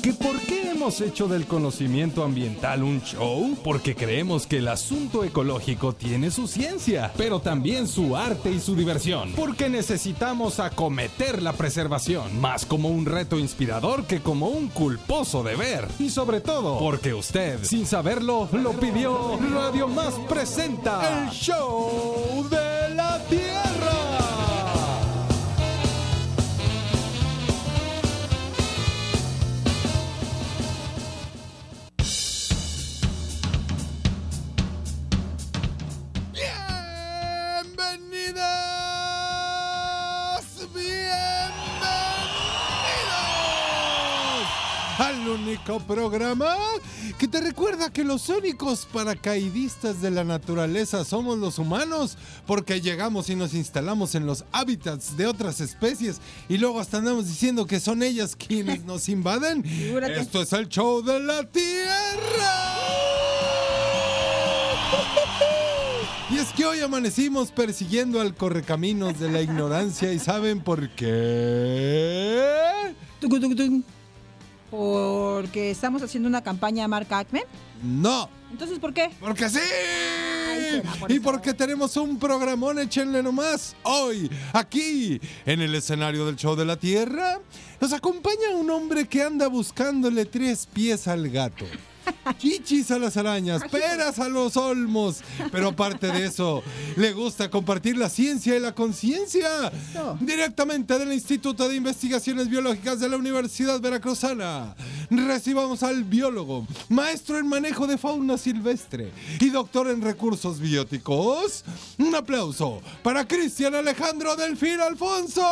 ¿Que por qué hemos hecho del conocimiento ambiental un show? Porque creemos que el asunto ecológico tiene su ciencia, pero también su arte y su diversión. Porque necesitamos acometer la preservación, más como un reto inspirador que como un culposo deber. Y sobre todo, porque usted, sin saberlo, lo pidió. Radio Más presenta el show de la Tierra. Al único programa que te recuerda que los únicos paracaidistas de la naturaleza somos los humanos, porque llegamos y nos instalamos en los hábitats de otras especies y luego hasta andamos diciendo que son ellas quienes nos invaden. Esto es el show de la Tierra. Y es que hoy amanecimos persiguiendo al correcaminos de la ignorancia. ¿Y saben por qué? ¿Porque estamos haciendo una campaña a Mark Acme? No. ¿Entonces por qué? ¡Porque sí! Ay, y porque tenemos un programón, échenle nomás. Hoy, aquí, en el escenario del show de la Tierra, nos acompaña un hombre que anda buscándole 3 pies al gato. Chichis a las arañas, peras a los olmos. Pero aparte de eso, le gusta compartir la ciencia y la conciencia. Directamente del Instituto de Investigaciones Biológicas de la Universidad Veracruzana, recibamos al biólogo, maestro en manejo de fauna silvestre y doctor en recursos bióticos. Un aplauso para Cristian Alejandro Delfín Alfonso.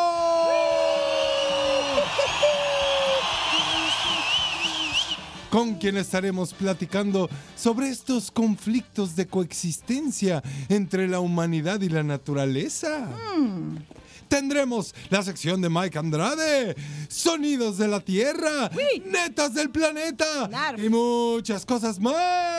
Con quien estaremos platicando sobre estos conflictos de coexistencia entre la humanidad y la naturaleza. Tendremos la sección de Mike Andrade, sonidos de la Tierra, netas del planeta y muchas cosas más.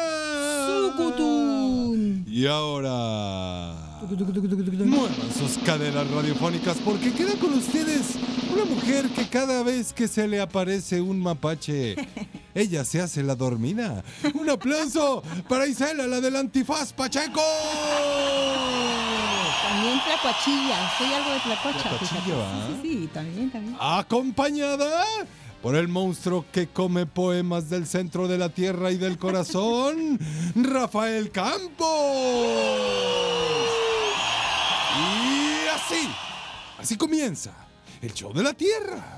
¡Sucutún! Y ahora, muevan sus caderas radiofónicas porque queda con ustedes una mujer que cada vez que se le aparece un mapache, ella se hace la dormida. Un aplauso para Isela, la del antifaz Pacheco. También tlacuachilla, soy algo de tlacuacha. Tlacuachilla, ¿va? Sí, también. Acompañada por el monstruo que come poemas del centro de la tierra y del corazón, Rafael Campos. Y así comienza el show de la Tierra.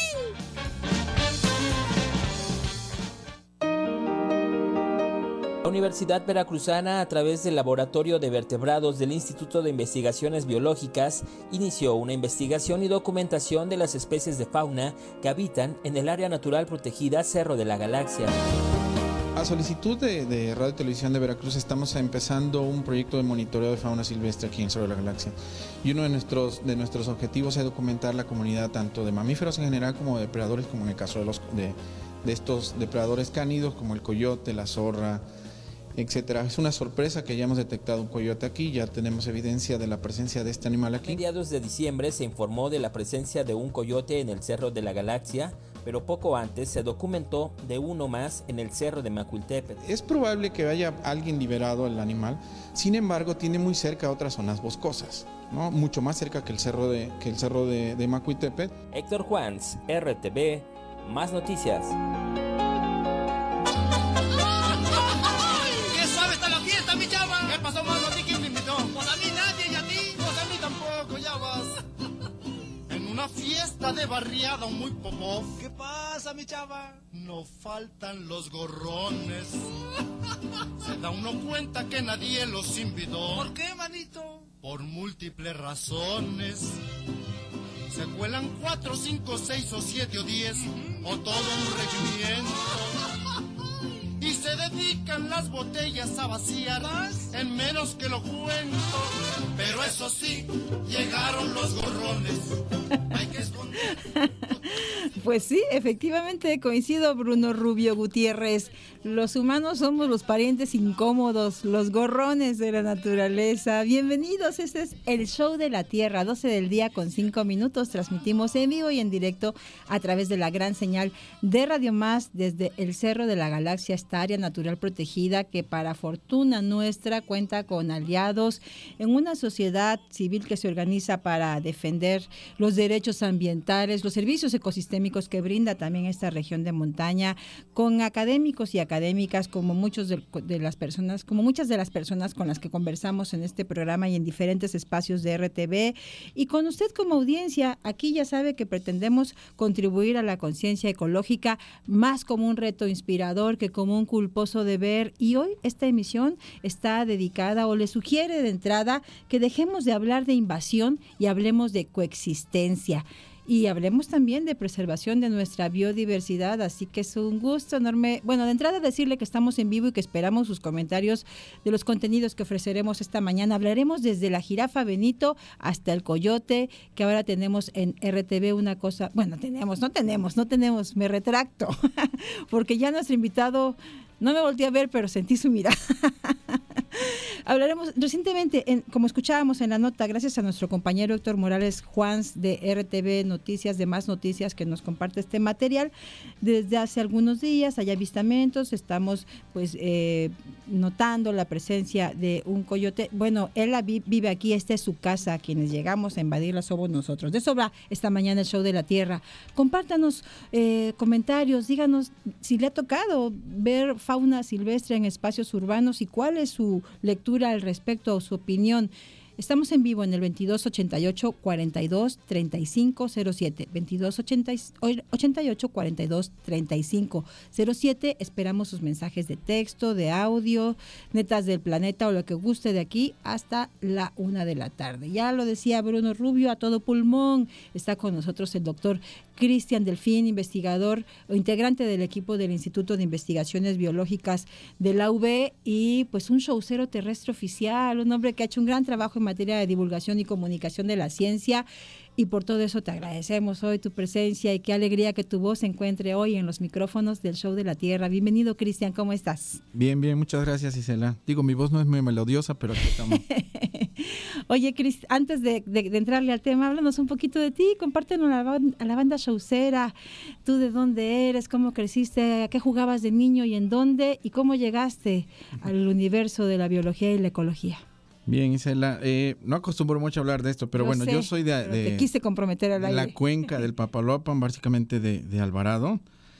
La Universidad Veracruzana, a través del Laboratorio de Vertebrados del Instituto de Investigaciones Biológicas, inició una investigación y documentación de las especies de fauna que habitan en el área natural protegida Cerro de la Galaxia. A solicitud de Radio y Televisión de Veracruz estamos empezando un proyecto de monitoreo de fauna silvestre aquí en Cerro de la Galaxia. Y uno de nuestros objetivos es documentar la comunidad tanto de mamíferos en general como de depredadores, como en el caso de estos depredadores cánidos como el coyote, la zorra, etcétera. Es una sorpresa que hayamos detectado un coyote aquí, ya tenemos evidencia de la presencia de este animal aquí. A mediados de diciembre se informó de la presencia de un coyote en el Cerro de la Galaxia, pero poco antes se documentó de uno más en el Cerro de Macuiltepec. Es probable que haya alguien liberado el animal, sin embargo tiene muy cerca otras zonas boscosas, ¿no? Mucho más cerca que el cerro de Macuiltepec. Héctor Juans, RTV, Más Noticias. ¡Qué suave está la fiesta, mi chava! ¿Qué pasó, mano? ¿A ti quién me invitó? Pues a mí nadie, y a ti. Pues a mí tampoco, ya vas. En una fiesta de barriada muy popó. ¿Qué pasa, mi chava? No faltan los gorrones. Se da uno cuenta que nadie los invitó. ¿Por qué, manito? Por múltiples razones. Se cuelan 4, 5, 6 o 7 o 10 o todo un regimiento. Y se dedican las botellas a vaciar en menos que lo cuento. Pero eso sí, llegaron los gorrones. Hay que esconder. Pues sí, efectivamente coincido, Bruno Rubio Gutiérrez. Los humanos somos los parientes incómodos, los gorrones de la naturaleza. Bienvenidos, este es el Show de la Tierra, 12 del día con 5 minutos. Transmitimos en vivo y en directo a través de la gran señal de Radio Más desde el Cerro de la Galaxia, esta área natural protegida que para fortuna nuestra cuenta con aliados en una sociedad civil que se organiza para defender los derechos ambientales, los servicios ecosistémicos que brinda también esta región de montaña, con académicos y académicas como muchas de las personas con las que conversamos en este programa y en diferentes espacios de RTV, y con usted como audiencia. Aquí ya sabe que pretendemos contribuir a la conciencia ecológica más como un reto inspirador que como un culposo deber, y hoy esta emisión está dedicada o le sugiere de entrada que dejemos de hablar de invasión y hablemos de coexistencia. Y hablemos también de preservación de nuestra biodiversidad, así que es un gusto enorme. Bueno, de entrada decirle que estamos en vivo y que esperamos sus comentarios de los contenidos que ofreceremos esta mañana. Hablaremos desde la jirafa Benito hasta el coyote, que ahora tenemos en RTV una cosa. Bueno, no tenemos, me retracto, porque ya nuestro invitado, no me volteé a ver, pero sentí su mirada. Hablaremos recientemente, como escuchábamos en la nota, gracias a nuestro compañero Héctor Morales Juans de RTV Noticias, de Más Noticias, que nos comparte este material. Desde hace algunos días hay avistamientos, estamos pues notando la presencia de un coyote. Bueno, él vive aquí, esta es su casa, quienes llegamos a invadirla somos nosotros. De eso va esta mañana el Show de la Tierra. Compártanos comentarios, díganos si le ha tocado ver fauna silvestre en espacios urbanos y cuál es su lectura al respecto o su opinión. Estamos en vivo en el 2288-423507, 2288-423507. Esperamos sus mensajes de texto, de audio, netas del planeta o lo que guste de aquí hasta la 1 de la tarde. Ya lo decía Bruno Rubio, a todo pulmón. Está con nosotros el doctor Cristian Delfín, investigador o integrante del equipo del Instituto de Investigaciones Biológicas de la UB y pues un showcero terrestre oficial, un hombre que ha hecho un gran trabajo en materia de divulgación y comunicación de la ciencia, y por todo eso te agradecemos hoy tu presencia y qué alegría que tu voz se encuentre hoy en los micrófonos del Show de la Tierra. Bienvenido, Cristian, ¿cómo estás? Bien, muchas gracias, Isela. Digo, mi voz no es muy melodiosa, pero aquí estamos. Oye, Cris, antes de entrarle al tema, háblanos un poquito de ti, compártenos a la banda showcera. ¿Tú de dónde eres? ¿Cómo creciste? ¿A qué jugabas de niño y en dónde? ¿Y cómo llegaste al universo de la biología y la ecología? Bien, Isela, no acostumbro mucho a hablar de esto, pero bueno, yo soy te quise comprometer al aire. La cuenca del Papaloapan, básicamente de Alvarado.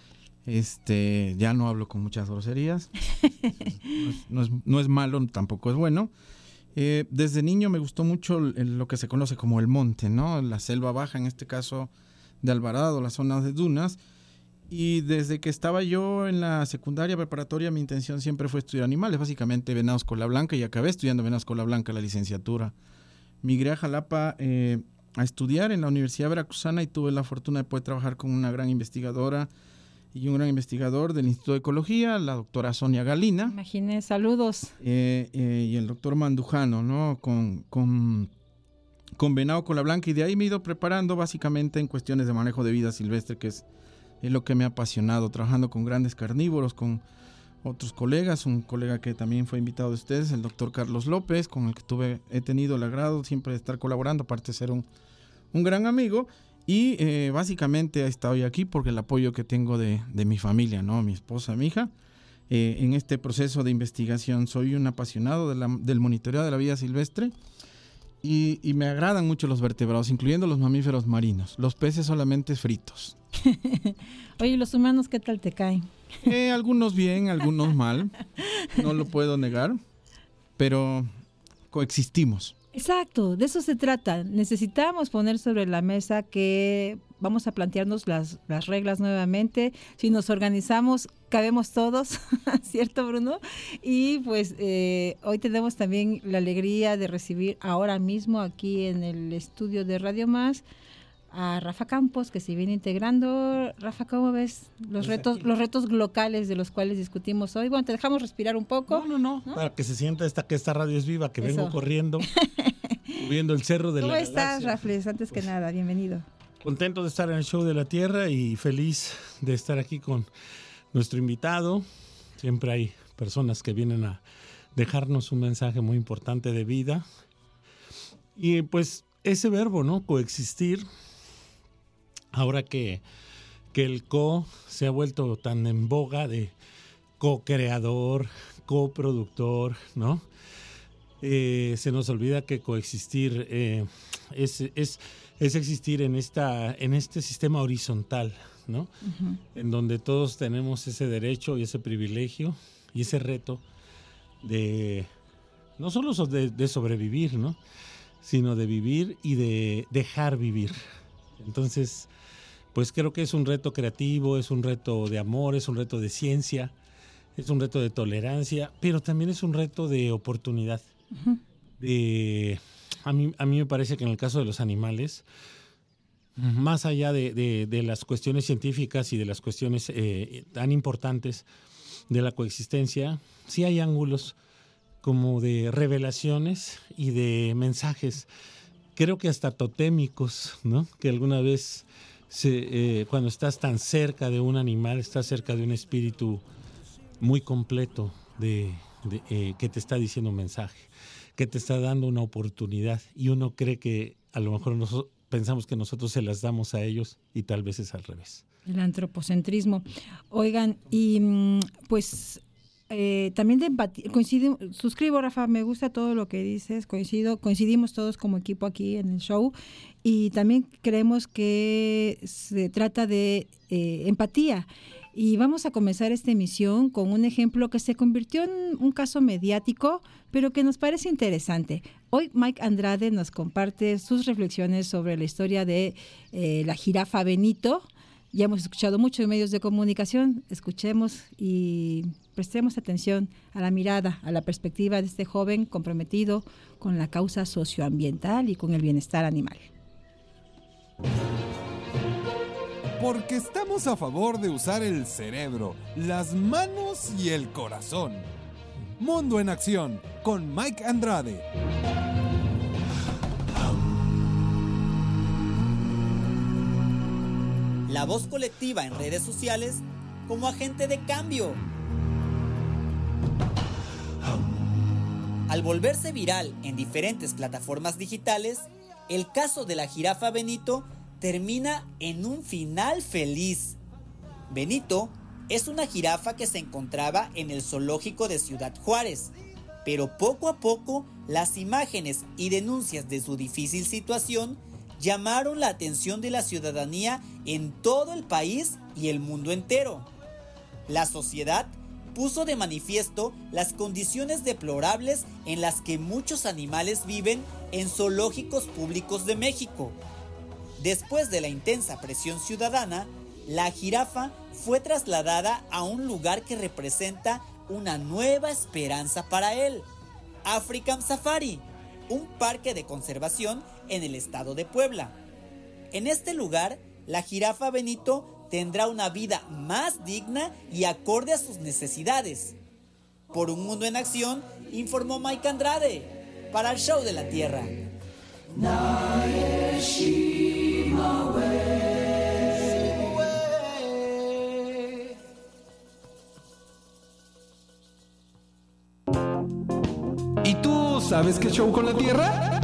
Ya no hablo con muchas groserías. No es malo, tampoco es bueno. Desde niño me gustó mucho lo que se conoce como el monte, ¿no? La selva baja, en este caso de Alvarado, las zonas de dunas. Y desde que estaba yo en la secundaria preparatoria, mi intención siempre fue estudiar animales, básicamente venados cola blanca, y acabé estudiando venados cola blanca la licenciatura. Migré a Jalapa a estudiar en la Universidad Veracruzana y tuve la fortuna de poder trabajar con una gran investigadora y un gran investigador del Instituto de Ecología, la doctora Sonia Galina. Imaginé, saludos. Y el doctor Mandujano, ¿no? Con venado cola blanca, y de ahí me he ido preparando básicamente en cuestiones de manejo de vida silvestre, que es lo que me ha apasionado, trabajando con grandes carnívoros, con otros colegas, un colega que también fue invitado de ustedes, el doctor Carlos López, con el que he tenido el agrado siempre de estar colaborando, aparte de ser un gran amigo, y básicamente he estado hoy aquí porque el apoyo que tengo de mi familia, ¿no? Mi esposa, mi hija, en este proceso de investigación. Soy un apasionado del monitoreo de la vida silvestre, y me agradan mucho los vertebrados, incluyendo los mamíferos marinos, los peces solamente fritos. Oye, ¿los humanos qué tal te caen? Algunos bien, algunos mal, no lo puedo negar, pero coexistimos. Exacto, de eso se trata. Necesitamos poner sobre la mesa que vamos a plantearnos las reglas nuevamente. Si nos organizamos, cabemos todos, ¿cierto, Bruno? Y pues hoy tenemos también la alegría de recibir ahora mismo aquí en el estudio de Radio Más a Rafa Campos, que se viene integrando. Rafa, ¿cómo ves los retos locales de los cuales discutimos hoy? Bueno, te dejamos respirar un poco. No, para que se sienta que esta radio es viva, que vengo corriendo, subiendo el cerro de la Galaxia. ¿Cómo estás, Galaxia. Rafles? Antes que nada, bienvenido. Contento de estar en el Show de la Tierra y feliz de estar aquí con nuestro invitado. Siempre hay personas que vienen a dejarnos un mensaje muy importante de vida. Y pues ese verbo, ¿no? Coexistir, ahora que el se ha vuelto tan en boga de co-creador, coproductor, ¿no? Se nos olvida que coexistir es existir en este sistema horizontal, ¿no? Uh-huh. En donde todos tenemos ese derecho y ese privilegio y ese reto de no solo de sobrevivir, ¿no? Sino de vivir y de dejar vivir. Entonces, pues creo que es un reto creativo, es un reto de amor, es un reto de ciencia, es un reto de tolerancia, pero también es un reto de oportunidad. Uh-huh. A mí me parece que en el caso de los animales, más allá de las cuestiones científicas y de las cuestiones tan importantes de la coexistencia, sí hay ángulos como de revelaciones y de mensajes, creo que hasta totémicos, ¿no? Que alguna vez, cuando estás tan cerca de un animal, estás cerca de un espíritu muy completo que te está diciendo un mensaje, que te está dando una oportunidad, y uno cree que a lo mejor pensamos que nosotros se las damos a ellos y tal vez es al revés. El antropocentrismo. Oigan, y pues también de empatía, suscribo, Rafa, me gusta todo lo que dices, coincidimos todos como equipo aquí en el show, y también creemos que se trata de empatía. Y vamos a comenzar esta emisión con un ejemplo que se convirtió en un caso mediático, pero que nos parece interesante. Hoy Mike Andrade nos comparte sus reflexiones sobre la historia de la jirafa Benito. Ya hemos escuchado mucho en medios de comunicación, escuchemos y prestemos atención a la mirada, a la perspectiva de este joven comprometido con la causa socioambiental y con el bienestar animal. Porque estamos a favor de usar el cerebro, las manos y el corazón. Mundo en Acción, con Mike Andrade. La voz colectiva en redes sociales como agente de cambio. Al volverse viral en diferentes plataformas digitales, el caso de la jirafa Benito termina en un final feliz. Benito es una jirafa que se encontraba en el zoológico de Ciudad Juárez, pero poco a poco las imágenes y denuncias de su difícil situación llamaron la atención de la ciudadanía en todo el país y el mundo entero. La sociedad puso de manifiesto las condiciones deplorables en las que muchos animales viven en zoológicos públicos de México. Después de la intensa presión ciudadana, la jirafa fue trasladada a un lugar que representa una nueva esperanza para él, African Safari, un parque de conservación en el estado de Puebla. En este lugar, la jirafa Benito tendrá una vida más digna y acorde a sus necesidades. Por un mundo en acción, informó Mike Andrade, para el Show de la Tierra. ¿Y tú sabes qué show con la Tierra?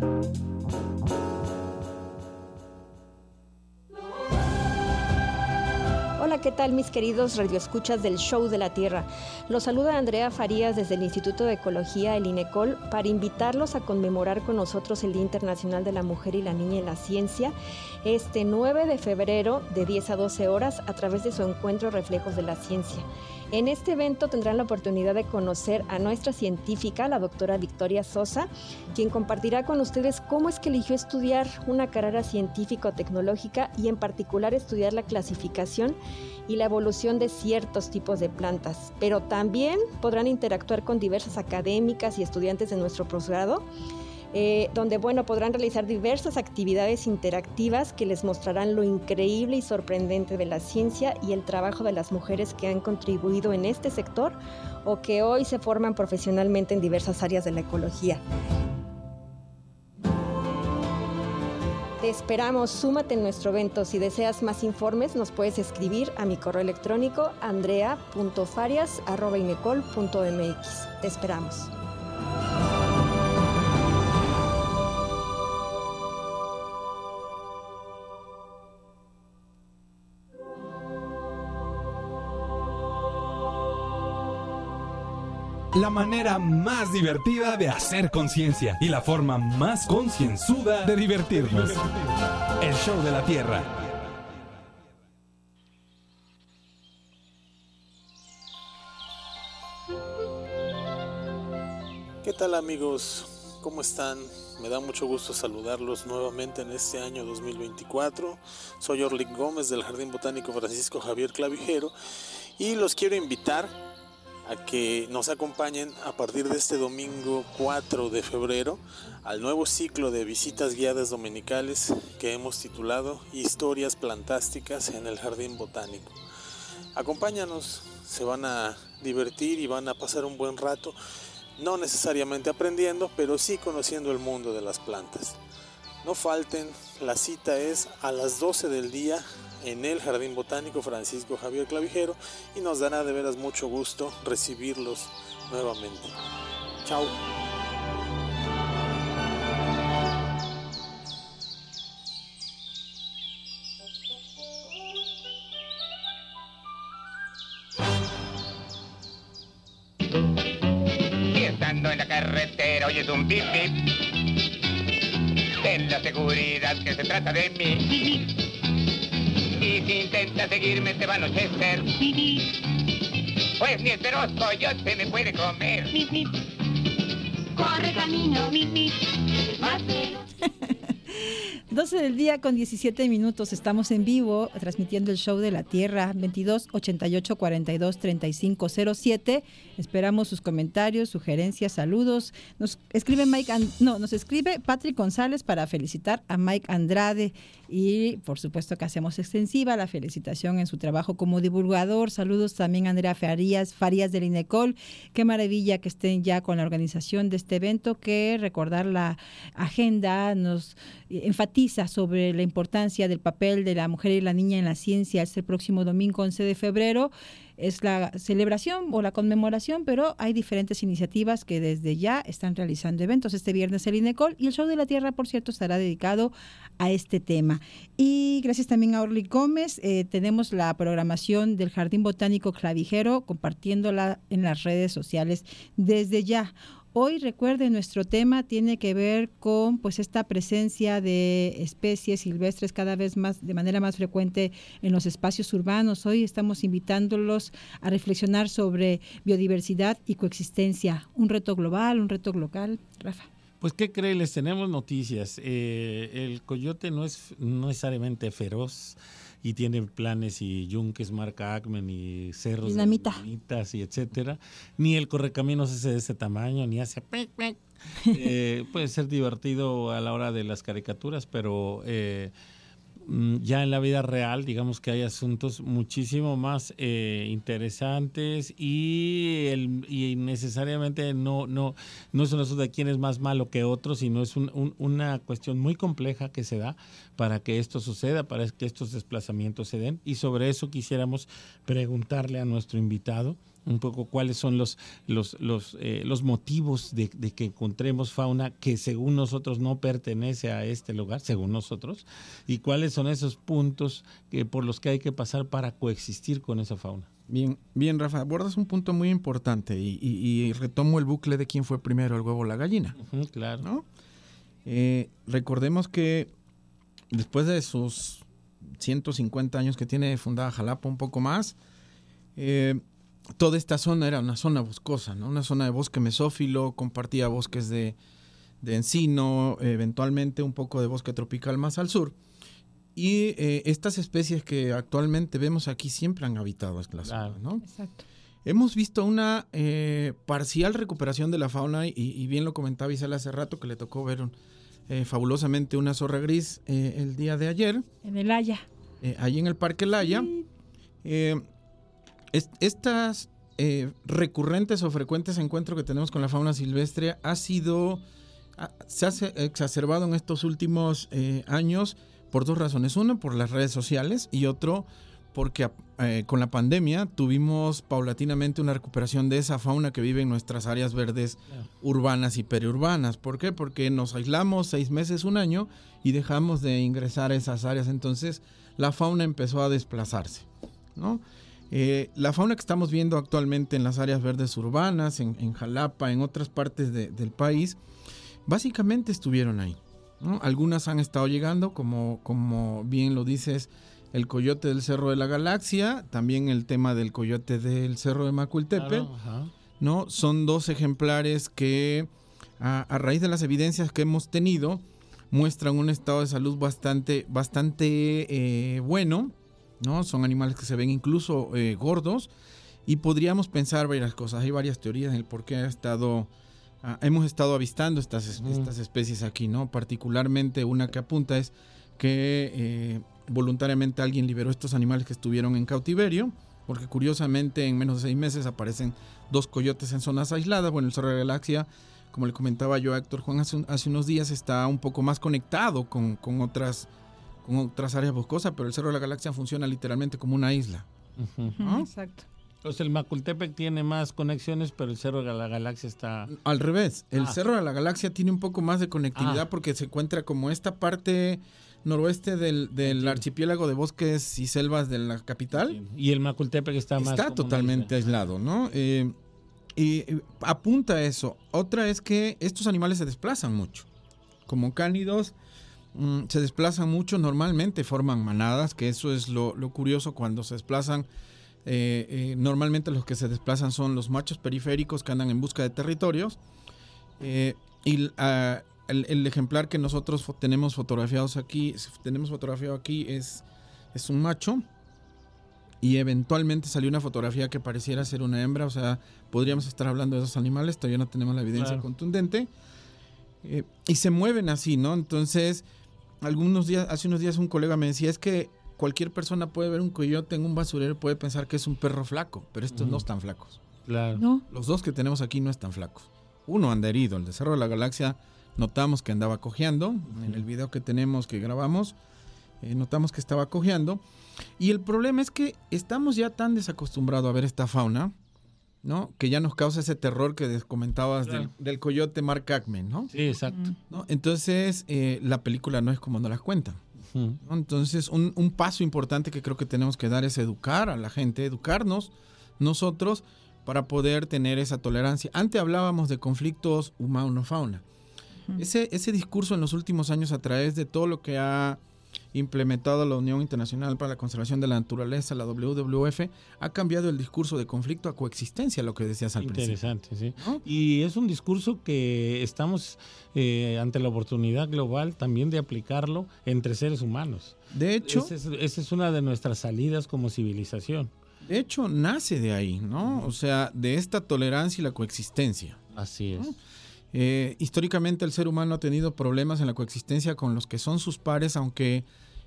Hola, ¿qué tal mis queridos radioescuchas del Show de la Tierra? Los saluda Andrea Farías desde el Instituto de Ecología, el INECOL, para invitarlos a conmemorar con nosotros el Día Internacional de la Mujer y la Niña en la Ciencia, este 9 de febrero de 10 a 12 horas a través de su encuentro Reflejos de la Ciencia. En este evento tendrán la oportunidad de conocer a nuestra científica, la doctora Victoria Sosa, quien compartirá con ustedes cómo es que eligió estudiar una carrera científico-tecnológica y en particular estudiar la clasificación y la evolución de ciertos tipos de plantas. Pero también podrán interactuar con diversas académicas y estudiantes de nuestro posgrado, donde podrán realizar diversas actividades interactivas que les mostrarán lo increíble y sorprendente de la ciencia y el trabajo de las mujeres que han contribuido en este sector o que hoy se forman profesionalmente en diversas áreas de la ecología. Te esperamos, súmate en nuestro evento. Si deseas más informes, nos puedes escribir a mi correo electrónico andrea.farias@inecol.mx. Te esperamos. La manera más divertida de hacer conciencia y la forma más concienzuda de divertirnos. El Show de la Tierra. ¿Qué tal, amigos? ¿Cómo están? Me da mucho gusto saludarlos nuevamente en este año 2024. Soy Orlik Gómez del Jardín Botánico Francisco Javier Clavijero y los quiero invitar a que nos acompañen a partir de este domingo 4 de febrero al nuevo ciclo de visitas guiadas dominicales que hemos titulado Historias Plantásticas en el Jardín Botánico. Acompáñanos, se van a divertir y van a pasar un buen rato, no necesariamente aprendiendo, pero sí conociendo el mundo de las plantas. No falten, la cita es a las 12 del día en el Jardín Botánico Francisco Javier Clavijero y nos dará de veras mucho gusto recibirlos nuevamente. Chao. Y estando en la carretera oyes un pip pip, ten la seguridad que se trata de mí. Y si intentas seguirme te va a anochecer, pues ni el feroz coyote me puede comer. Corre camino, más veloz. 12 del día con 17 minutos, estamos en vivo transmitiendo el Show de la Tierra, 22 88 42 35 07. Esperamos sus comentarios, sugerencias, saludos. Nos escribe nos escribe Patrick González para felicitar a Mike Andrade y por supuesto que hacemos extensiva la felicitación en su trabajo como divulgador. Saludos también a Andrea Farías del INECOL. Qué maravilla que estén ya con la organización de este evento, que recordar la agenda nos enfatiza sobre la importancia del papel de la mujer y la niña en la ciencia. Es el próximo domingo 11 de febrero. Es la celebración o la conmemoración, pero hay diferentes iniciativas que desde ya están realizando eventos. Este viernes el INECOL y el Show de la Tierra, por cierto, estará dedicado a este tema. Y gracias también a Orly Gómez, tenemos la programación del Jardín Botánico Clavijero, compartiéndola en las redes sociales desde ya. Hoy, recuerden, nuestro tema tiene que ver con pues esta presencia de especies silvestres cada vez más, de manera más frecuente en los espacios urbanos. Hoy estamos invitándolos a reflexionar sobre biodiversidad y coexistencia. Un reto global, un reto local. Rafa. Pues, ¿qué creen? Les tenemos noticias. El coyote no es necesariamente feroz y tiene planes y yunques marca Acmen y cerros dinamitas y etcétera. Ni el correcaminos es de ese tamaño, ni hace pic, pic. Puede ser divertido a la hora de las caricaturas, pero ya en la vida real, digamos que hay asuntos muchísimo más interesantes y necesariamente no es un asunto de quién es más malo que otro, sino es una cuestión muy compleja que se da para que esto suceda, para que estos desplazamientos se den, y sobre eso quisiéramos preguntarle a nuestro invitado un poco cuáles son los motivos de que encontremos fauna que según nosotros no pertenece a este lugar, según nosotros, y cuáles son esos puntos por los que hay que pasar para coexistir con esa fauna. Bien, Rafa, abordas un punto muy importante y retomo el bucle de quién fue primero, el huevo o la gallina. Claro. ¿No? Recordemos que después de sus 150 años que tiene fundada Jalapa, un poco más, toda esta zona era una zona boscosa, ¿no? Una zona de bosque mesófilo, compartía bosques de encino, eventualmente un poco de bosque tropical más al sur. Y estas especies que actualmente vemos aquí siempre han habitado la zona, ¿no? Exacto. Hemos visto una parcial recuperación de la fauna y bien lo comentaba Isabel hace rato que le tocó ver fabulosamente una zorra gris el día de ayer. En el Haya. Allí en el Parque El Haya. Estas recurrentes o frecuentes encuentros que tenemos con la fauna silvestre ha sido se ha exacerbado en estos últimos años por dos razones. Uno, por las redes sociales, y otro, porque con la pandemia tuvimos paulatinamente una recuperación de esa fauna que vive en nuestras áreas verdes urbanas y periurbanas. ¿Por qué? Porque nos aislamos 6 meses, un año, y dejamos de ingresar a esas áreas. Entonces la fauna empezó a desplazarse, ¿no? La fauna que estamos viendo actualmente en las áreas verdes urbanas, en Jalapa, en otras partes del país, básicamente estuvieron ahí, ¿no? Algunas han estado llegando, como bien lo dices, el coyote del Cerro de la Galaxia, también el tema del coyote del Cerro de Macuiltepec, ¿no? Son 2 ejemplares que a raíz de las evidencias que hemos tenido muestran un estado de salud bastante bueno, ¿no? Son animales que se ven incluso gordos, y podríamos pensar varias cosas. Hay varias teorías en el por qué hemos estado avistando estas especies aquí, ¿no? Particularmente una que apunta es que voluntariamente alguien liberó estos animales que estuvieron en cautiverio, porque curiosamente en menos de 6 meses aparecen 2 coyotes en zonas aisladas. Bueno, el Cerro de la Galaxia, como le comentaba yo a Héctor Juan hace unos días, está un poco más conectado con otras áreas boscosas, pero el Cerro de la Galaxia funciona literalmente como una isla. ¿No? Exacto. Entonces el Macuiltepec tiene más conexiones, pero el Cerro de la Galaxia está... Al revés, el Cerro de la Galaxia tiene un poco más de conectividad porque se encuentra como esta parte noroeste del archipiélago de bosques y selvas de la capital. Y el Macuiltepec está totalmente aislado, ¿no? Y apunta a eso. Otra es que estos animales se desplazan mucho. Como cánidos, se desplazan mucho, normalmente forman manadas, que eso es lo curioso cuando se desplazan. Normalmente los que se desplazan son los machos periféricos que andan en busca de territorios, y el ejemplar que nosotros tenemos fotografiado aquí es un macho, y eventualmente salió una fotografía que pareciera ser una hembra. O sea, podríamos estar hablando de esos animales, todavía no tenemos la evidencia contundente, y se mueven así, ¿no? Entonces hace unos días un colega me decía, es que cualquier persona puede ver un coyote en un basurero y puede pensar que es un perro flaco, pero estos no están flacos. Claro. ¿No? Los 2 que tenemos aquí no están flacos. Uno anda herido, el de Cerro de la Galaxia notamos que andaba cojeando. En el video que tenemos, que grabamos, notamos que estaba cojeando. Y el problema es que estamos ya tan desacostumbrados a ver esta fauna, ¿no? Que ya nos causa ese terror que comentabas del coyote Mark Ackman, ¿no? Sí, exacto. ¿No? Entonces, la película no es como nos las cuentan. ¿No? Entonces, un paso importante que creo que tenemos que dar es educar a la gente, educarnos nosotros para poder tener esa tolerancia. Antes hablábamos de conflictos humano-fauna. Ese discurso en los últimos años, a través de todo lo que ha implementado la Unión Internacional para la Conservación de la Naturaleza, la WWF, ha cambiado el discurso de conflicto a coexistencia, lo que decías al principio. Interesante, sí. ¿No? Y es un discurso que estamos ante la oportunidad global también de aplicarlo entre seres humanos. De hecho, esa es una de nuestras salidas como civilización. De hecho, nace de ahí, ¿no? O sea, de esta tolerancia y la coexistencia. Así es. ¿No? Históricamente el ser humano ha tenido problemas en la coexistencia con los que son sus pares, aunque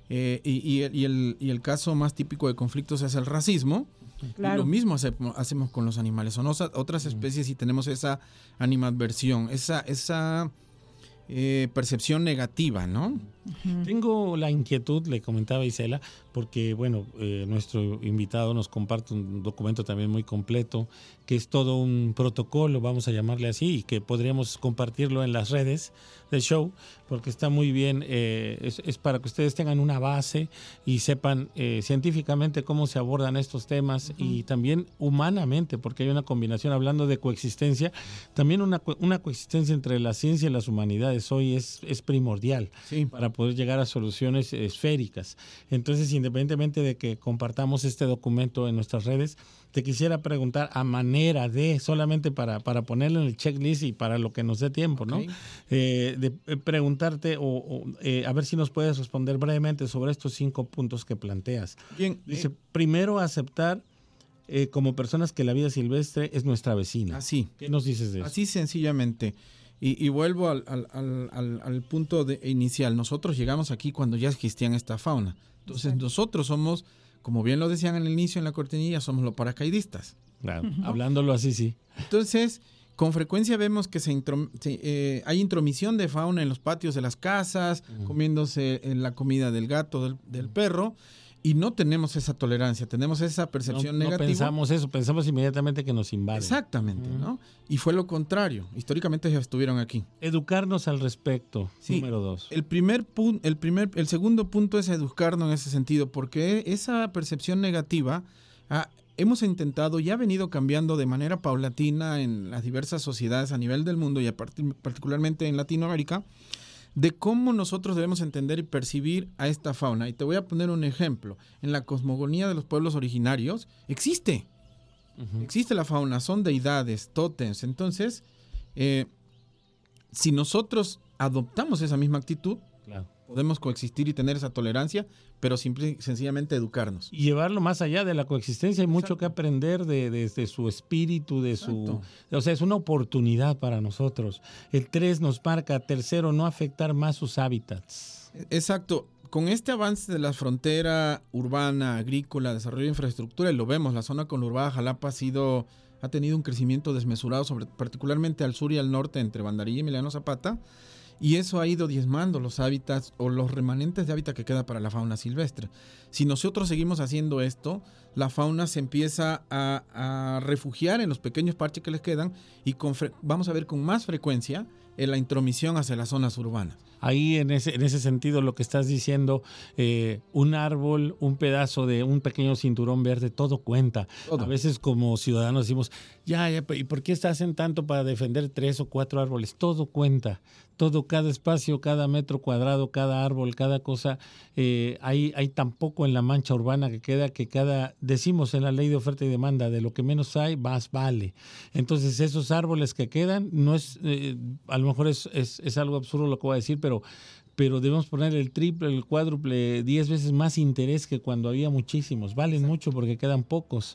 y el caso más típico de conflictos es el racismo. Claro. Y lo mismo hacemos con los animales. Son otras especies y tenemos esa animadversión, esa percepción negativa, ¿no? Tengo la inquietud, le comentaba Isela, porque bueno, nuestro invitado nos comparte un documento también muy completo, que es todo un protocolo, vamos a llamarle así, y que podríamos compartirlo en las redes del show, porque está muy bien, es para que ustedes tengan una base y sepan científicamente cómo se abordan estos temas y también humanamente, porque hay una combinación, hablando de coexistencia, también una coexistencia entre la ciencia y las humanidades hoy es primordial para poder llegar a soluciones esféricas. Entonces, independientemente de que compartamos este documento en nuestras redes, te quisiera preguntar a manera de, solamente para ponerlo en el checklist y para lo que nos dé tiempo, ¿no? De preguntarte a ver si nos puedes responder brevemente sobre estos 5 puntos que planteas. Bien. Dice, primero aceptar como personas que la vida silvestre es nuestra vecina. Así. ¿Qué nos dices de eso? Así sencillamente. Y vuelvo al punto inicial. Nosotros llegamos aquí cuando ya existían esta fauna. Entonces nosotros somos, como bien lo decían al inicio en la cortinilla, somos los paracaidistas. Claro, hablándolo así, sí. Entonces, con frecuencia vemos que hay intromisión de fauna en los patios de las casas, comiéndose la comida del gato, del perro, y no tenemos esa tolerancia, tenemos esa percepción negativa. No pensamos eso, pensamos inmediatamente que nos invaden. Exactamente, ¿no? Y fue lo contrario. Históricamente ya estuvieron aquí. Educarnos al respecto, sí, número 2. El segundo punto es educarnos en ese sentido, porque esa percepción negativa hemos intentado y ha venido cambiando de manera paulatina en las diversas sociedades a nivel del mundo y particularmente en Latinoamérica, de cómo nosotros debemos entender y percibir a esta fauna. Y te voy a poner un ejemplo. En la cosmogonía de los pueblos originarios existe la fauna, son deidades, tótems. Entonces, si nosotros adoptamos esa misma actitud, claro, podemos coexistir y tener esa tolerancia, pero sencillamente educarnos. Y llevarlo más allá de la coexistencia. Hay mucho que aprender de su espíritu, o sea, es una oportunidad para nosotros. El 3 nos marca, tercero, no afectar más sus hábitats. Exacto. Con este avance de la frontera urbana, agrícola, desarrollo de infraestructura, y lo vemos, la zona conurbada Jalapa ha tenido un crecimiento desmesurado, particularmente al sur y al norte, entre Bandarilla y Emiliano Zapata, y eso ha ido diezmando los hábitats o los remanentes de hábitat que queda para la fauna silvestre. Si nosotros seguimos haciendo esto, la fauna se empieza a refugiar en los pequeños parches que les quedan y vamos a ver con más frecuencia la intromisión hacia las zonas urbanas. Ahí en ese sentido lo que estás diciendo, un árbol, un pedazo de un pequeño cinturón verde, todo cuenta. Todo. A veces como ciudadanos decimos, ya, ¿y por qué hacen tanto para defender 3 o 4 árboles? Todo cuenta, todo, cada espacio, cada metro cuadrado, cada árbol, cada cosa. Hay tan poco en la mancha urbana que queda que decimos en la ley de oferta y demanda, de lo que menos hay, más vale. Entonces esos árboles que quedan, no es, a lo mejor es algo absurdo lo que voy a decir, pero debemos poner el triple, el cuádruple, 10 veces más interés que cuando había muchísimos. Valen mucho porque quedan pocos.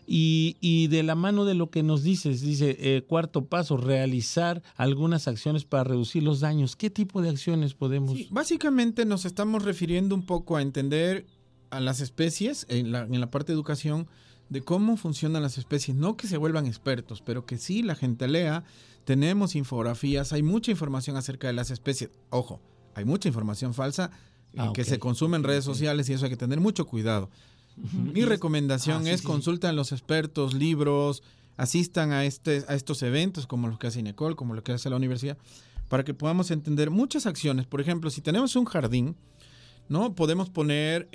Y de la mano de lo que nos dices, dice, cuarto paso, realizar algunas acciones para reducir los daños. ¿Qué tipo de acciones podemos...? Sí, básicamente nos estamos refiriendo un poco a entender a las especies, en la parte de educación, de cómo funcionan las especies. No que se vuelvan expertos, pero que sí la gente lea. Tenemos infografías, hay mucha información acerca de las especies. Ojo, hay mucha información falsa que se consume en redes sociales y eso hay que tener mucho cuidado. Mi recomendación es consulten a los expertos, libros, asistan a estos eventos como los que hace INECOL, como lo que hace la universidad, para que podamos entender muchas acciones. Por ejemplo, si tenemos un jardín, ¿no? Podemos poner...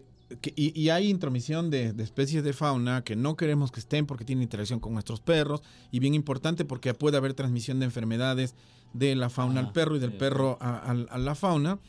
y hay intromisión de especies de fauna que no queremos que estén porque tienen interacción con nuestros perros, y bien importante porque puede haber transmisión de enfermedades de la fauna al perro y del perro a la fauna.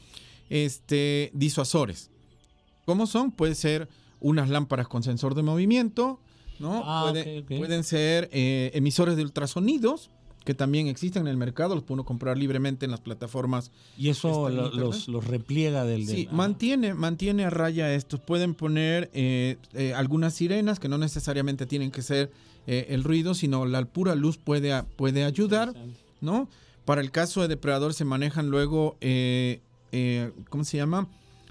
Disuasores. ¿Cómo son? Puede ser unas lámparas con sensor de movimiento, ¿no? Pueden ser emisores de ultrasonidos, que también existen en el mercado, los puede uno comprar libremente en las plataformas. Y eso los repliega Sí, mantiene a raya estos. Pueden poner algunas sirenas que no necesariamente tienen que ser el ruido, sino la pura luz puede ayudar, ¿no? Para el caso de depredador se manejan luego, ¿cómo se llama?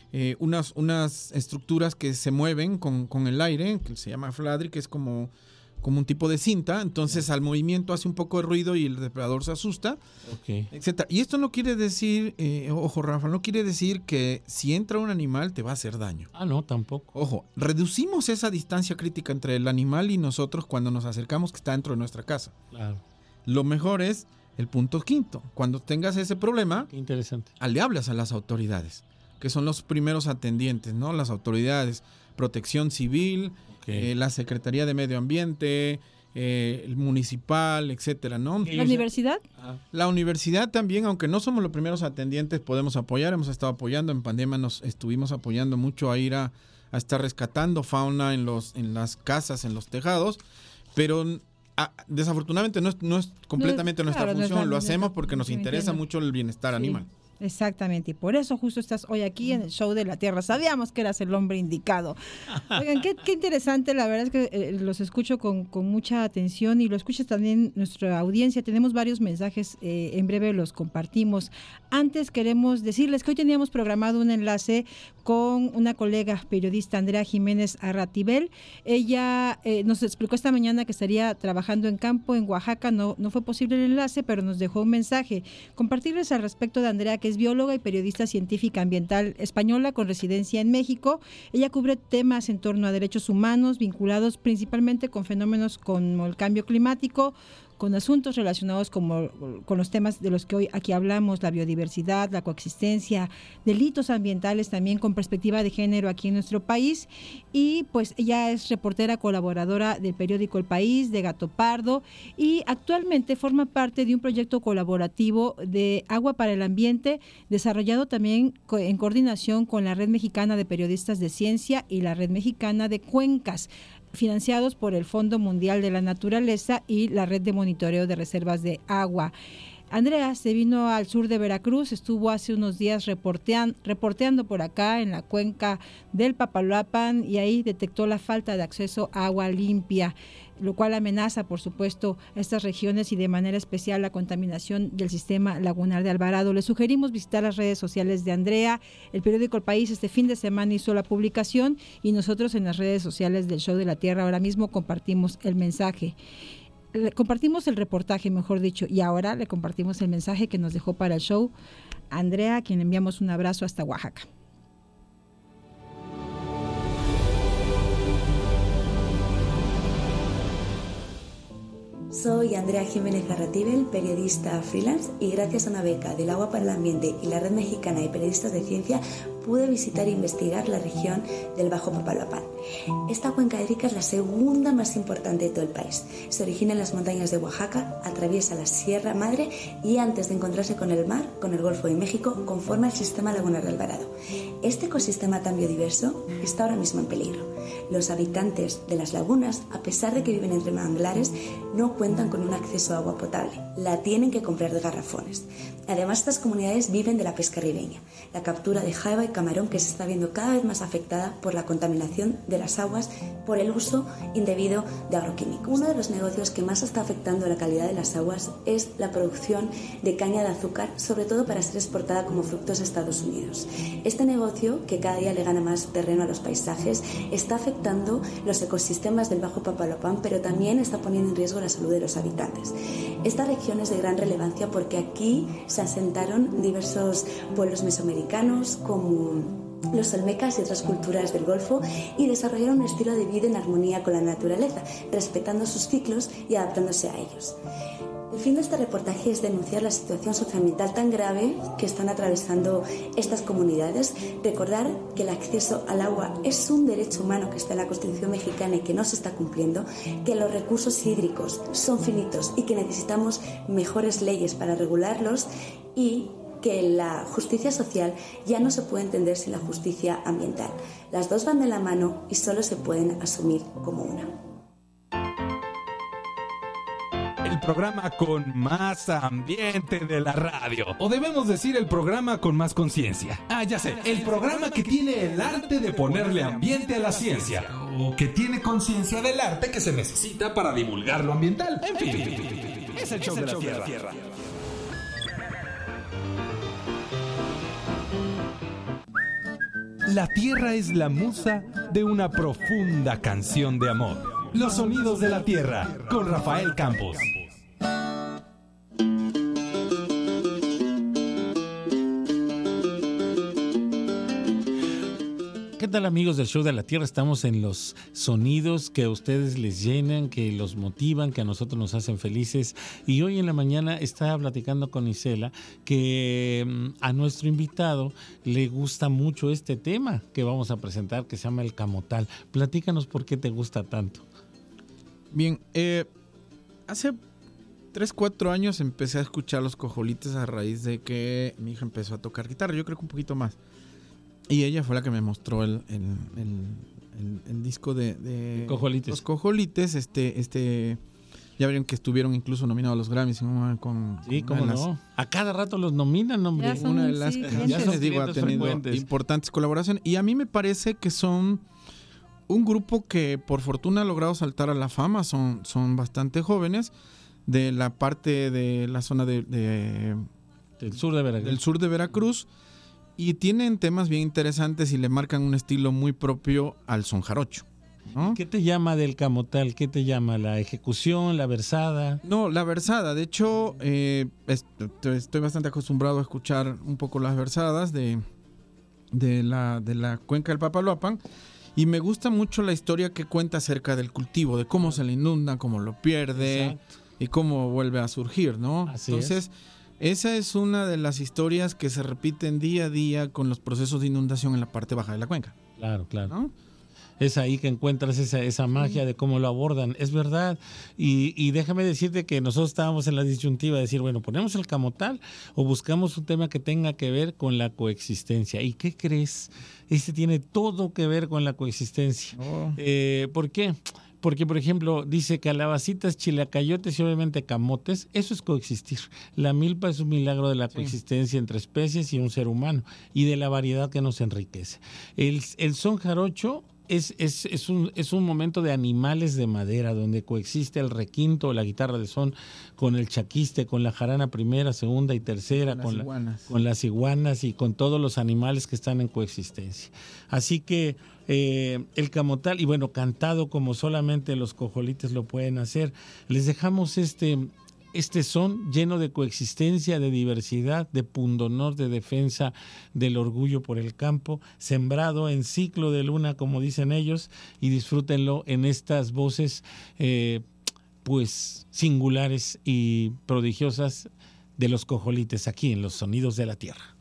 Unas estructuras que se mueven con el aire, que se llama fladry, que es como un tipo de cinta. Entonces al movimiento hace un poco de ruido y el depredador se asusta, etcétera. Y esto no quiere decir, ojo Rafa, no quiere decir que si entra un animal te va a hacer daño. No, tampoco. Ojo, reducimos esa distancia crítica entre el animal y nosotros cuando nos acercamos que está dentro de nuestra casa. Claro. Lo mejor es el punto quinto. Cuando tengas ese problema, qué interesante, le hablas a las autoridades, que son los primeros atendientes, ¿no? Las autoridades, Protección Civil, la Secretaría de Medio Ambiente, el municipal, etcétera, ¿no? ¿La universidad? La universidad también, aunque no somos los primeros atendientes, podemos apoyar. Hemos estado apoyando. En pandemia nos estuvimos apoyando mucho a ir a estar rescatando fauna en las casas, en los tejados, pero desafortunadamente no es completamente nuestra función. Lo hacemos porque nos interesa mucho el bienestar animal. Exactamente, y por eso justo estás hoy aquí en el Show de la Tierra. Sabíamos que eras el hombre indicado. Oigan, qué interesante, la verdad es que los escucho con mucha atención y lo escuchas también nuestra audiencia. Tenemos varios mensajes, en breve los compartimos. Antes queremos decirles que hoy teníamos programado un enlace con una colega periodista, Andrea Jiménez Arratibel. Ella nos explicó esta mañana que estaría trabajando en campo en Oaxaca. No fue posible el enlace, pero nos dejó un mensaje. Compartirles al respecto de Andrea, que es bióloga y periodista científica ambiental española con residencia en México. Ella cubre temas en torno a derechos humanos vinculados principalmente con fenómenos como el cambio climático, con asuntos relacionados con los temas de los que hoy aquí hablamos, la biodiversidad, la coexistencia, delitos ambientales también con perspectiva de género aquí en nuestro país. Y pues ella es reportera colaboradora del periódico El País, de Gato Pardo, y actualmente forma parte de un proyecto colaborativo de Agua para el Ambiente, desarrollado también en coordinación con la Red Mexicana de Periodistas de Ciencia y la Red Mexicana de Cuencas, financiados por el Fondo Mundial de la Naturaleza y la Red de Monitoreo de Reservas de Agua. Andrea se vino al sur de Veracruz, estuvo hace unos días reporteando por acá en la cuenca del Papaloapan y ahí detectó la falta de acceso a agua limpia, lo cual amenaza, por supuesto, a estas regiones y de manera especial la contaminación del sistema lagunar de Alvarado. Les sugerimos visitar las redes sociales de Andrea. El periódico El País este fin de semana hizo la publicación y nosotros en las redes sociales del Show de la Tierra ahora mismo compartimos el mensaje. Compartimos el reportaje, mejor dicho, y ahora le compartimos el mensaje que nos dejó para el show Andrea, a quien le enviamos un abrazo hasta Oaxaca. Soy Andrea Jiménez Arratibel, periodista freelance, y gracias a una beca del Agua para el Ambiente y la Red Mexicana de Periodistas de Ciencia pude visitar e investigar la región del Bajo Papaloapan. Esta cuenca hídrica es la segunda más importante de todo el país. Se origina en las montañas de Oaxaca, atraviesa la Sierra Madre y antes de encontrarse con el mar, con el Golfo de México, conforma el sistema lagunar de Alvarado. Este ecosistema tan biodiverso está ahora mismo en peligro. Los habitantes de las lagunas, a pesar de que viven entre manglares, no cuentan con un acceso a agua potable. La tienen que comprar de garrafones. Además, estas comunidades viven de la pesca ribeña, la captura de jaiba y camarón, que se está viendo cada vez más afectada por la contaminación de las aguas por el uso indebido de agroquímicos. Uno de los negocios que más está afectando la calidad de las aguas es la producción de caña de azúcar, sobre todo para ser exportada como fructos a Estados Unidos. Este negocio, que cada día le gana más terreno a los paisajes, está afectando los ecosistemas del Bajo Papaloapan, pero también está poniendo en riesgo la salud de los habitantes. Esta región es de gran relevancia porque aquí se asentaron diversos pueblos mesoamericanos como los olmecas y otras culturas del Golfo y desarrollaron un estilo de vida en armonía con la naturaleza, respetando sus ciclos y adaptándose a ellos. El fin de este reportaje es denunciar la situación socioambiental tan grave que están atravesando estas comunidades, recordar que el acceso al agua es un derecho humano que está en la Constitución mexicana y que no se está cumpliendo, que los recursos hídricos son finitos y que necesitamos mejores leyes para regularlos y que la justicia social ya no se puede entender sin la justicia ambiental. Las dos van de la mano y solo se pueden asumir como una. El programa con más ambiente de la radio. O debemos decir el programa con más conciencia. Ah, ya sé. El programa que tiene el arte de ponerle ambiente a la ciencia. O que tiene conciencia del arte que se necesita para divulgar lo ambiental. En fin. Es el show de la tierra. La tierra es la musa de una profunda canción de amor. Los sonidos de la tierra, con Rafael Campos. ¿Qué tal, amigos del Show de la Tierra? Estamos en los sonidos que a ustedes les llenan, que los motivan, que a nosotros nos hacen felices. Y hoy en la mañana estaba platicando con Isela que a nuestro invitado le gusta mucho este tema que vamos a presentar, que se llama el camotal. Platícanos por qué te gusta tanto. Bien, hace 3-4 años empecé a escuchar los cojolites a raíz de que mi hija empezó a tocar guitarra. Yo creo que un poquito más. Y ella fue la que me mostró el disco de Cojolites. Los Cojolites, Ya vieron que estuvieron incluso nominados a los Grammys con Sí, cómo no. A cada rato los nominan, hombre. Ya son, una de las clientes. les digo, ha tenido importantes colaboraciones. Y a mí me parece que son un grupo que por fortuna ha logrado saltar a la fama. Son bastante jóvenes de la parte de la zona del sur de Veracruz. Del sur de Veracruz. Y tienen temas bien interesantes y le marcan un estilo muy propio al son jarocho, ¿no? ¿Qué te llama del camotal? ¿Qué te llama? ¿La ejecución? ¿La versada? No, la versada. De hecho, estoy bastante acostumbrado a escuchar un poco las versadas de la cuenca del Papaloapan. Y me gusta mucho la historia que cuenta acerca del cultivo, de cómo se le inunda, cómo lo pierde. Exacto. Y cómo vuelve a surgir, ¿no? Así Entonces, esa es una de las historias que se repiten día a día con los procesos de inundación en la parte baja de la cuenca. Claro, claro. ¿No? Es ahí que encuentras esa magia de cómo lo abordan, es verdad. Y déjame decirte que nosotros estábamos en la disyuntiva de decir, bueno, ¿ponemos el camotal o buscamos un tema que tenga que ver con la coexistencia? ¿Y qué crees? Este tiene todo que ver con la coexistencia. Oh. ¿Por qué? Porque, por ejemplo, dice calabacitas, chilacayotes y obviamente camotes, eso es coexistir. La milpa es un milagro de la coexistencia entre especies y un ser humano y de la variedad que nos enriquece. El son jarocho es un momento de animales de madera donde coexiste el requinto, la guitarra de son con el chaquiste, con la jarana primera, segunda y tercera, con las iguanas y con todos los animales que están en coexistencia. Así que el camotal, y bueno, cantado como solamente los cojolites lo pueden hacer, les dejamos este son lleno de coexistencia, de diversidad, de pundonor, de defensa del orgullo por el campo, sembrado en ciclo de luna, como dicen ellos, y disfrútenlo en estas voces pues singulares y prodigiosas de los cojolites aquí en los Sonidos de la Tierra.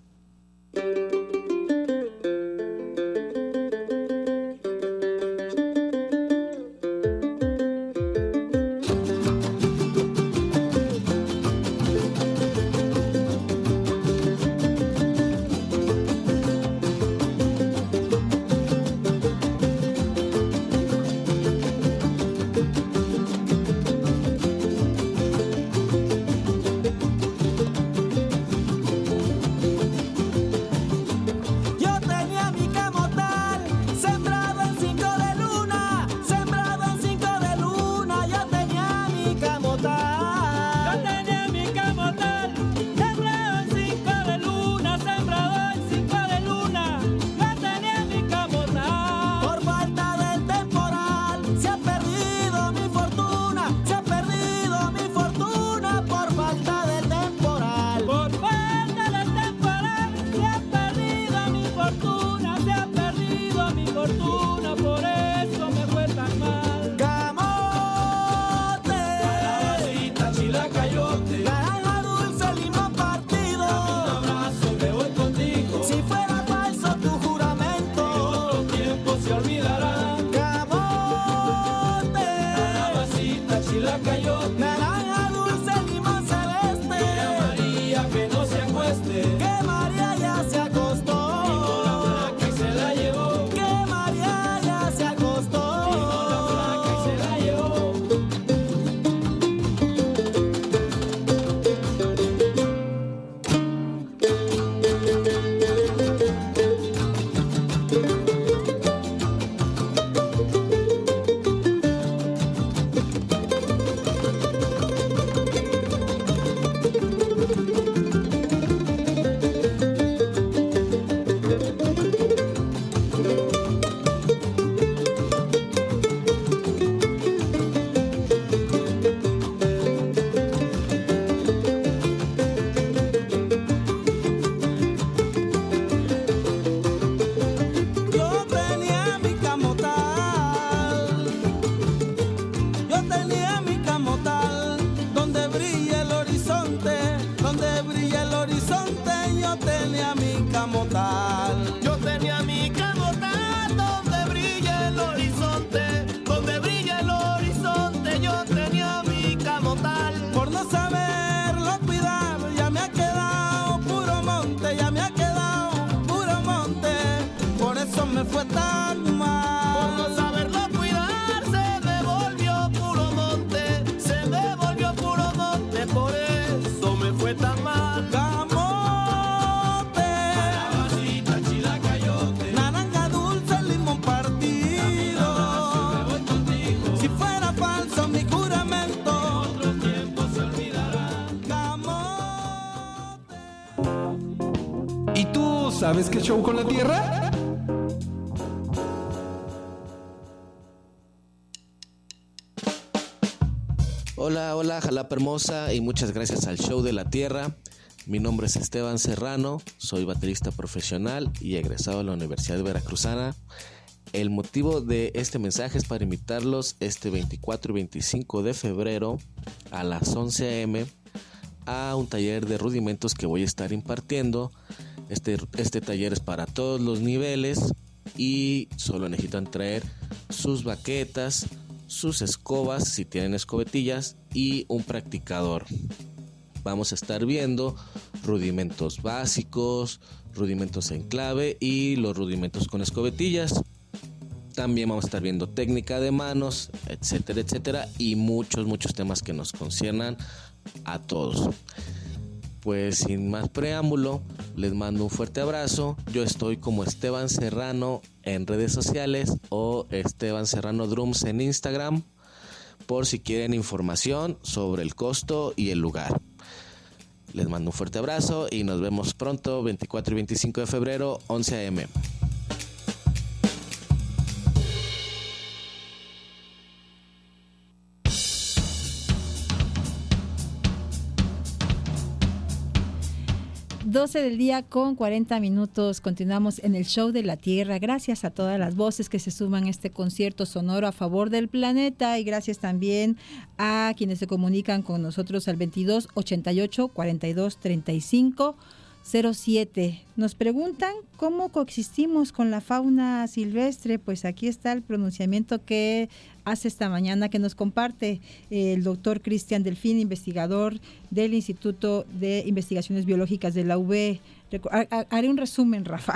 sabes qué show con la Tierra? Hola, Jalapa hermosa, y muchas gracias al Show de la Tierra. Mi nombre es Esteban Serrano, soy baterista profesional y egresado de la Universidad Veracruzana. El motivo de este mensaje es para invitarlos este 24 y 25 de febrero a las 11 a.m. a un taller de rudimentos que voy a estar impartiendo. Este taller es para todos los niveles y solo necesitan traer sus baquetas, sus escobas si tienen escobetillas y un practicador. Vamos a estar viendo rudimentos básicos, rudimentos en clave y los rudimentos con escobetillas. También vamos a estar viendo técnica de manos, etcétera, etcétera, y muchos temas que nos conciernan a todos. Pues sin más preámbulo, les mando un fuerte abrazo. Yo estoy como Esteban Serrano en redes sociales o Esteban Serrano Drums en Instagram, por si quieren información sobre el costo y el lugar. Les mando un fuerte abrazo y nos vemos pronto, 24 y 25 de febrero, 11 a.m. 12 del día con 40 minutos. Continuamos en el Show de la Tierra. Gracias a todas las voces que se suman a este concierto sonoro a favor del planeta, y gracias también a quienes se comunican con nosotros al 22 88 42 35 07. Nos preguntan cómo coexistimos con la fauna silvestre. Pues aquí está el pronunciamiento que hace esta mañana, que nos comparte el doctor Cristian Delfín, investigador del Instituto de Investigaciones Biológicas de la UB. Haré un resumen, Rafa.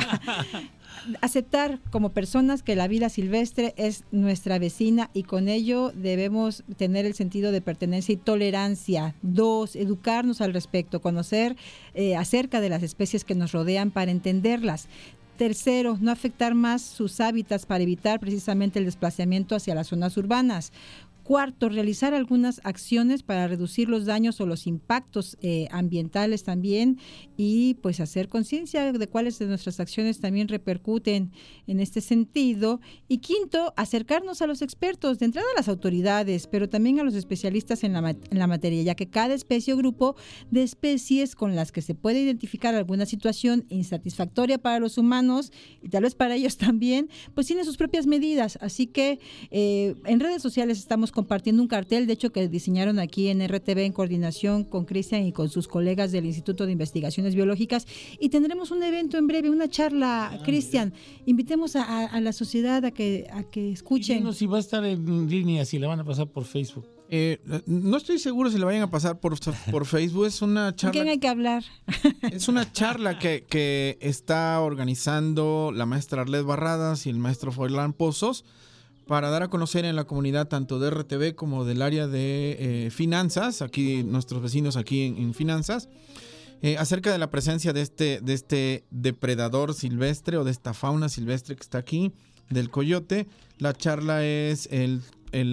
Aceptar como personas que la vida silvestre es nuestra vecina y con ello debemos tener el sentido de pertenencia y tolerancia. 2, educarnos al respecto, conocer acerca de las especies que nos rodean para entenderlas. 3, no afectar más sus hábitats para evitar precisamente el desplazamiento hacia las zonas urbanas. 4, realizar algunas acciones para reducir los daños o los impactos ambientales también, y pues hacer conciencia de cuáles de nuestras acciones también repercuten en este sentido. Y 5, acercarnos a los expertos, de entrada a las autoridades, pero también a los especialistas en la materia, ya que cada especie o grupo de especies con las que se puede identificar alguna situación insatisfactoria para los humanos y tal vez para ellos también, pues tiene sus propias medidas. Así que en redes sociales estamos compartiendo un cartel, de hecho, que diseñaron aquí en RTV en coordinación con Cristian y con sus colegas del Instituto de Investigaciones Biológicas, y tendremos un evento en breve, una charla. Cristian, invitemos a la sociedad a que escuchen. Y si va a estar en línea, si la van a pasar por Facebook. No estoy seguro si la vayan a pasar por Facebook. Es una charla. ¿Con quién hay que hablar? Es una charla que está organizando la maestra Arlet Barradas y el maestro Froilán Pozos, para dar a conocer en la comunidad tanto de RTV como del área de finanzas, aquí nuestros vecinos aquí en finanzas, acerca de la presencia de este depredador silvestre o de esta fauna silvestre que está aquí, del coyote. La charla es el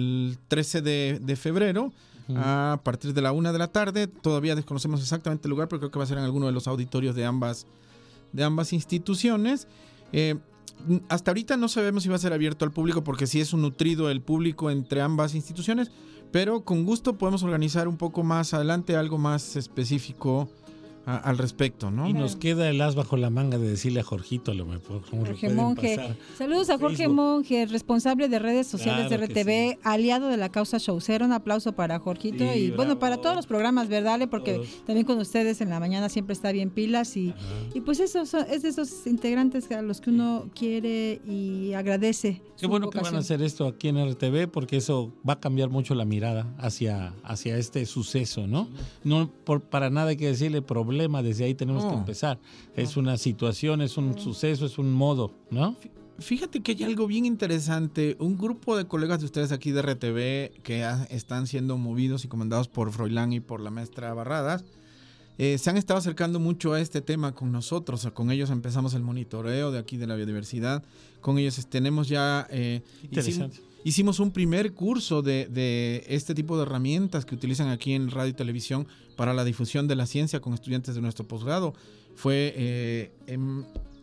13 de febrero a partir de la 1 de la tarde. Todavía desconocemos exactamente el lugar, pero creo que va a ser en alguno de los auditorios de ambas instituciones. Hasta ahorita no sabemos si va a ser abierto al público, porque sí es un nutrido el público entre ambas instituciones, pero con gusto podemos organizar un poco más adelante algo más específico al respecto, ¿no? Y nos queda el as bajo la manga de decirle a Jorgito Jorge Monge. Saludos a Jorge Monge, responsable de redes sociales de RTV, aliado de la causa Showcera. Un aplauso para Jorgito y bravo. Bueno, para todos los programas, ¿verdad? Porque todos. También con ustedes en la mañana siempre está bien pilas y pues eso es de esos integrantes a los que uno quiere y agradece. Qué bueno vocación. Que van a hacer esto aquí en RTV, porque eso va a cambiar mucho la mirada hacia este suceso, ¿no? No para nada hay que decirle problema, desde ahí tenemos que empezar. Es una situación, es un suceso, es un modo, ¿no? Fíjate que hay algo bien interesante. Un grupo de colegas de ustedes aquí de RTV que están siendo movidos y comandados por Froilán y por la maestra Barradas, se han estado acercando mucho a este tema con nosotros. Con ellos empezamos el monitoreo de aquí de la biodiversidad. Con ellos tenemos ya... Hicimos un primer curso de este tipo de herramientas que utilizan aquí en radio y televisión para la difusión de la ciencia con estudiantes de nuestro posgrado. Fue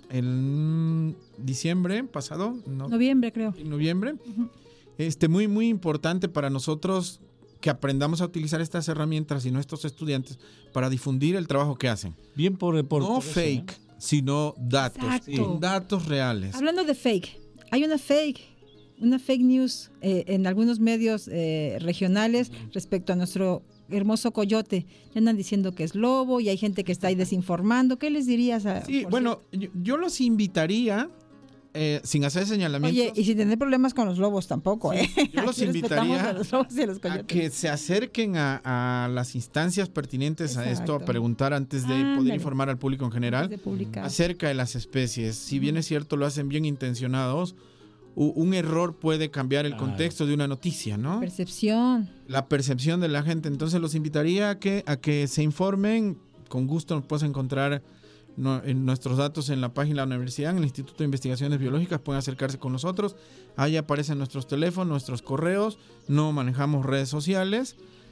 el diciembre pasado, ¿no? Noviembre, creo. En noviembre. Muy, muy importante para nosotros que aprendamos a utilizar estas herramientas y nuestros estudiantes para difundir el trabajo que hacen. Bien por no eso, fake, sino datos. Exacto. Datos reales. Hablando de fake, hay una fake news en algunos medios regionales respecto a nuestro hermoso coyote. Ya andan diciendo que es lobo y hay gente que está ahí desinformando. ¿Qué les dirías? Yo los invitaría, sin hacer señalamientos. Oye, y sin tener problemas con los lobos tampoco, ¿eh? Yo los Aquí respetamos invitaría a los lobos y a los a coyotes. que se acerquen a las instancias pertinentes a esto, a Exacto. preguntar antes de Ándale. poder informar al público en general Antes de publicar. acerca de las especies. Si bien es cierto, lo hacen bien intencionados, un error puede cambiar el contexto de una noticia, ¿no? Percepción. La percepción de la gente. Entonces los invitaría a que se informen. Con gusto nos puedes encontrar en nuestros datos en la página de la universidad, en el Instituto de Investigaciones Biológicas. Pueden acercarse con nosotros. Ahí aparecen nuestros teléfonos, nuestros correos. No manejamos redes sociales.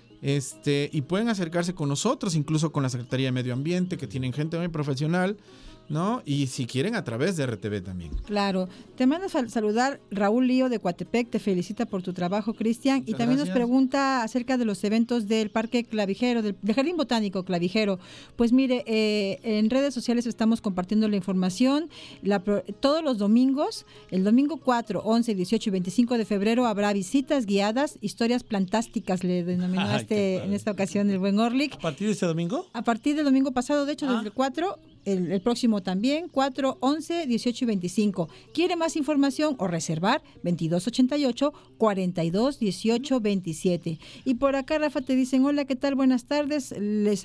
Y pueden acercarse con nosotros, incluso con la Secretaría de Medio Ambiente, que tienen gente muy profesional, ¿no? Y si quieren, a través de RTV también. Claro. Te manda saludar Raúl Lío de Coatepec, te felicita por tu trabajo, Cristian, y también gracias. nos pregunta acerca de los eventos del Parque Clavijero, del Jardín Botánico Clavijero. Pues mire, en redes sociales estamos compartiendo la información. Todos los domingos, el domingo 4, 11, 18 y 25 de febrero habrá visitas guiadas, historias plantásticas, le denominó en esta ocasión el buen Orlik. ¿A partir de este domingo? A partir del domingo pasado, de hecho, desde el 4, el próximo también, 4, 11, 18 y 25. ¿Quiere más información o reservar? 2288 42 18 27. Y por acá, Rafa, te dicen, hola, ¿qué tal? Buenas tardes. Le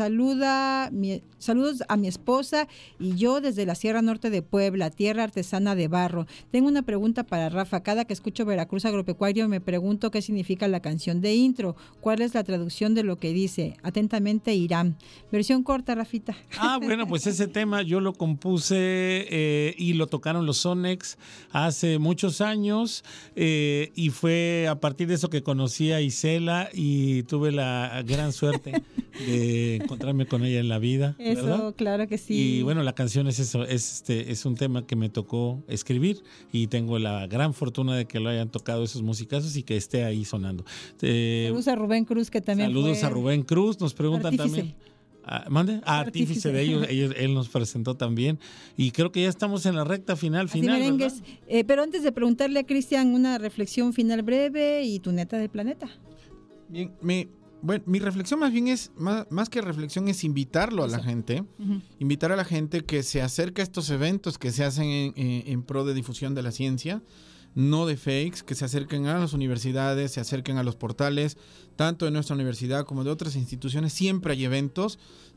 saludos a mi esposa y yo desde la Sierra Norte de Puebla, tierra artesana de barro. Tengo una pregunta para Rafa. Cada que escucho Veracruz Agropecuario me pregunto qué significa la canción de intro. ¿Cuál es la traducción de lo que dice? Atentamente, Irán. Versión corta, Rafita. Bueno, pues ese tema yo lo compuse y lo tocaron los Sonex hace muchos años y fue a partir de eso que conocí a Isela y tuve la gran suerte de encontrarme con ella en la vida. Eso, ¿verdad? claro que sí. Y bueno, la canción es eso, es un tema que me tocó escribir y tengo la gran fortuna de que lo hayan tocado esos musicazos y que esté ahí sonando. Saludos a Rubén Cruz, que también Saludos a Rubén Cruz, nos preguntan artífice. también. ¿Mande? Artífice de ellos, él nos presentó también y creo que ya estamos en la recta final. Así merengues. Pero antes de preguntarle a Cristian una reflexión final breve y tu neta del planeta. Bien, mi reflexión más bien es, más que reflexión, es invitarlo a la gente, invitar a la gente que se acerque a estos eventos que se hacen en pro de difusión de la ciencia, no de fakes, que se acerquen a las universidades, se acerquen a los portales, tanto de nuestra universidad como de otras instituciones. Siempre hay eventos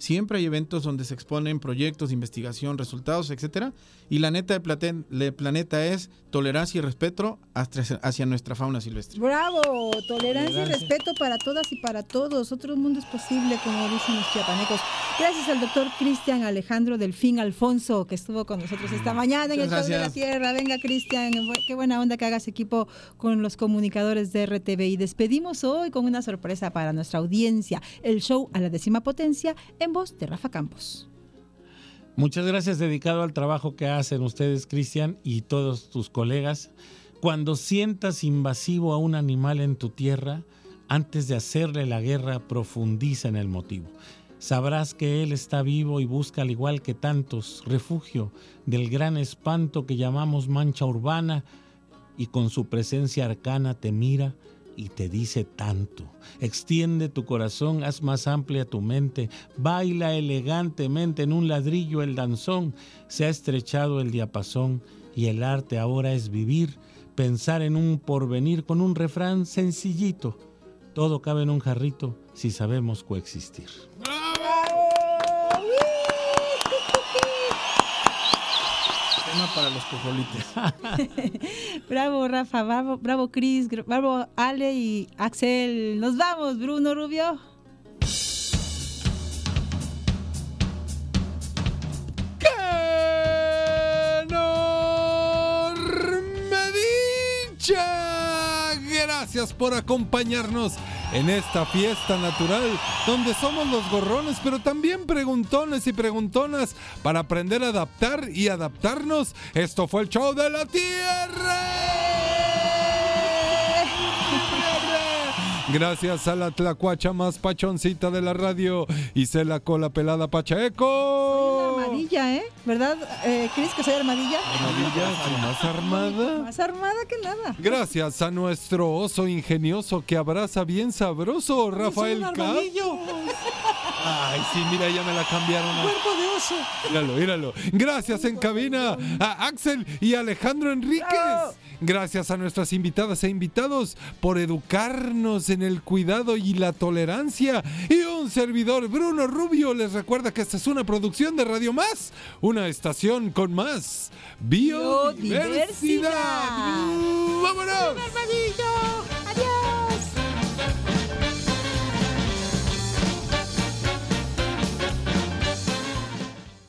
donde se exponen proyectos de investigación, resultados, etcétera. Y la neta del planeta es tolerancia y respeto hacia nuestra fauna silvestre. ¡Bravo! Tolerancia y respeto para todas y para todos. Otro mundo es posible, como dicen los chiapanecos. Gracias al doctor Cristian Alejandro Delfín Alfonso, que estuvo con nosotros esta mañana en el Show de la Tierra. Venga, Cristian, qué buena onda que hagas equipo con los comunicadores de RTV. Y despedimos hoy con una sorpresa para nuestra audiencia. El show a la 10ª potencia en voz de Rafa Campos. Muchas gracias, dedicado al trabajo que hacen ustedes, Cristian, y todos tus colegas. Cuando sientas invasivo a un animal en tu tierra, antes de hacerle la guerra, profundiza en el motivo. Sabrás que él está vivo y busca, al igual que tantos, refugio del gran espanto que llamamos mancha urbana, y con su presencia arcana te mira y te dice tanto. Extiende tu corazón, haz más amplia tu mente, baila elegantemente en un ladrillo el danzón. Se ha estrechado el diapasón y el arte ahora es vivir, pensar en un porvenir con un refrán sencillito. Todo cabe en un jarrito si sabemos coexistir. Para los cojolites. Bravo, Rafa, bravo, Cris, bravo, Ale y Axel. Nos vamos, Bruno Rubio. ¡Qué enorme dicha! Gracias. Gracias por acompañarnos en esta fiesta natural donde somos los gorrones, pero también preguntones y preguntonas para aprender a adaptar y adaptarnos. Esto fue el Show de la Tierra. Gracias a la tlacuacha más pachoncita de la radio, Isela Cola Pelada Pacheco. Soy una armadilla, ¿verdad? ¿Crees que soy armadilla? Armadilla, más armada. Más armada que nada. Gracias a nuestro oso ingenioso que abraza bien sabroso, Rafael Cap. Ay, sí, mira, ya me la cambiaron. Cuerpo de oso. Míralo. Gracias en cabina a Axel y Alejandro Enríquez. Gracias a nuestras invitadas e invitados por educarnos en el cuidado y la tolerancia. Y un servidor, Bruno Rubio, les recuerda que esta es una producción de Radio Más, una estación con más biodiversidad. ¡Vámonos!